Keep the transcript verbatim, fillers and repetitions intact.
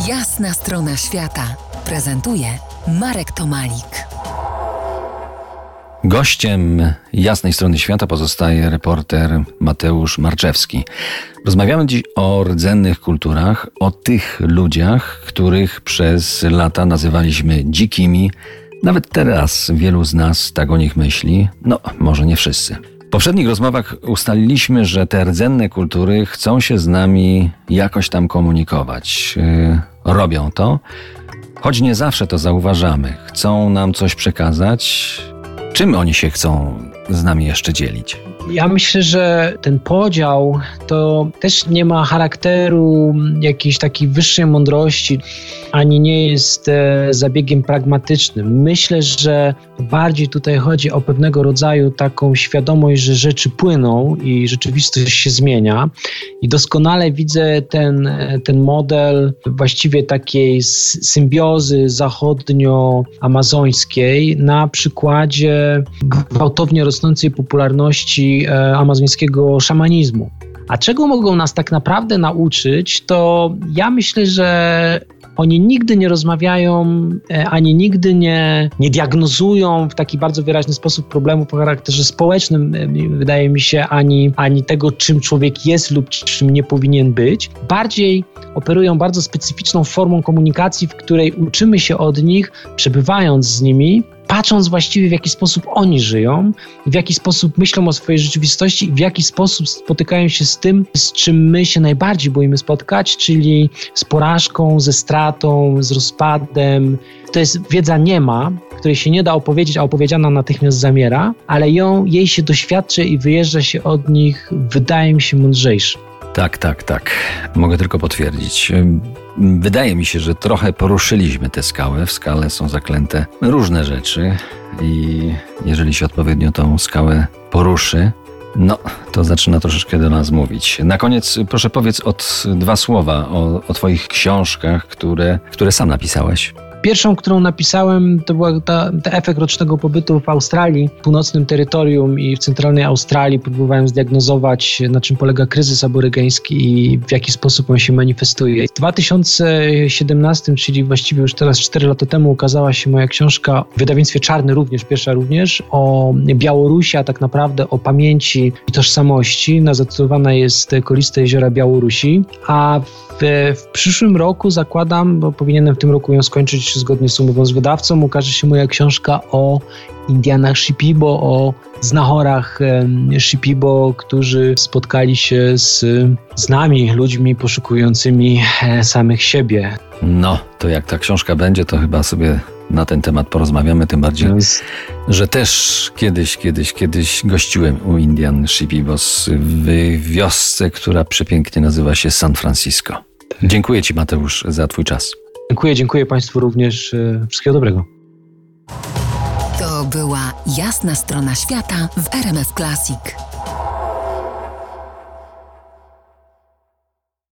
Jasna strona świata prezentuje Marek Tomalik. Gościem Jasnej Strony Świata pozostaje reporter Mateusz Marczewski. Rozmawiamy dziś o rdzennych kulturach, o tych ludziach, których przez lata nazywaliśmy dzikimi. Nawet teraz wielu z nas tak o nich myśli, no może nie wszyscy. W poprzednich rozmowach ustaliliśmy, że te rdzenne kultury chcą się z nami jakoś tam komunikować. Yy, robią to, choć nie zawsze to zauważamy. Chcą nam coś przekazać. Czym oni się chcą z nami jeszcze dzielić? Ja myślę, że ten podział to też nie ma charakteru jakiejś takiej wyższej mądrości, ani nie jest e, zabiegiem pragmatycznym. Myślę, że bardziej tutaj chodzi o pewnego rodzaju taką świadomość, że rzeczy płyną i rzeczywistość się zmienia. I doskonale widzę ten, ten model właściwie takiej symbiozy zachodnio-amazońskiej na przykładzie gwałtownie rosnącej popularności amazońskiego szamanizmu. A czego mogą nas tak naprawdę nauczyć, to ja myślę, że oni nigdy nie rozmawiają, ani nigdy nie, nie diagnozują w taki bardzo wyraźny sposób problemów o charakterze społecznym, wydaje mi się, ani, ani tego, czym człowiek jest lub czym nie powinien być. Bardziej operują bardzo specyficzną formą komunikacji, w której uczymy się od nich, przebywając z nimi, patrząc właściwie, w jaki sposób oni żyją, w jaki sposób myślą o swojej rzeczywistości i w jaki sposób spotykają się z tym, z czym my się najbardziej boimy spotkać, czyli z porażką, ze stratą, z rozpadem. To jest wiedza niema, której się nie da opowiedzieć, a opowiedziana natychmiast zamiera, ale ją, jej się doświadcza i wyjeżdża się od nich, wydaje mi się, mądrzejszy. Tak, tak, tak. Mogę tylko potwierdzić. Wydaje mi się, że trochę poruszyliśmy tę skałę. W skale są zaklęte różne rzeczy i jeżeli się odpowiednio tą skałę poruszy, no to zaczyna troszeczkę do nas mówić. Na koniec proszę powiedz od dwa słowa o, o twoich książkach, które, które sam napisałeś. Pierwszą, którą napisałem, to był ta, ta efekt rocznego pobytu w Australii, w północnym terytorium i w centralnej Australii. Próbowałem zdiagnozować, na czym polega kryzys aborygeński i w jaki sposób on się manifestuje. W dwa tysiące siedemnastym, czyli właściwie już teraz cztery lata temu, ukazała się moja książka w wydawnictwie Czarny również, pierwsza również, o Białorusi, a tak naprawdę o pamięci i tożsamości. Zatytułowana jest Koliste jeziora Białorusi, a w, w przyszłym roku zakładam, bo powinienem w tym roku ją skończyć zgodnie z umową z wydawcą, ukaże się moja książka o Indianach Shipibo, o znachorach Shipibo, którzy spotkali się z, z nami, ludźmi poszukującymi samych siebie. No, to jak ta książka będzie, to chyba sobie na ten temat porozmawiamy, tym bardziej, że też kiedyś, kiedyś, kiedyś gościłem u Indian Shipibos w wiosce, która przepięknie nazywa się San Francisco. Dziękuję Ci, Mateusz, za Twój czas. Dziękuję, dziękuję Państwu również. Wszystkiego dobrego. To była Jasna Strona Świata w R M F Classic.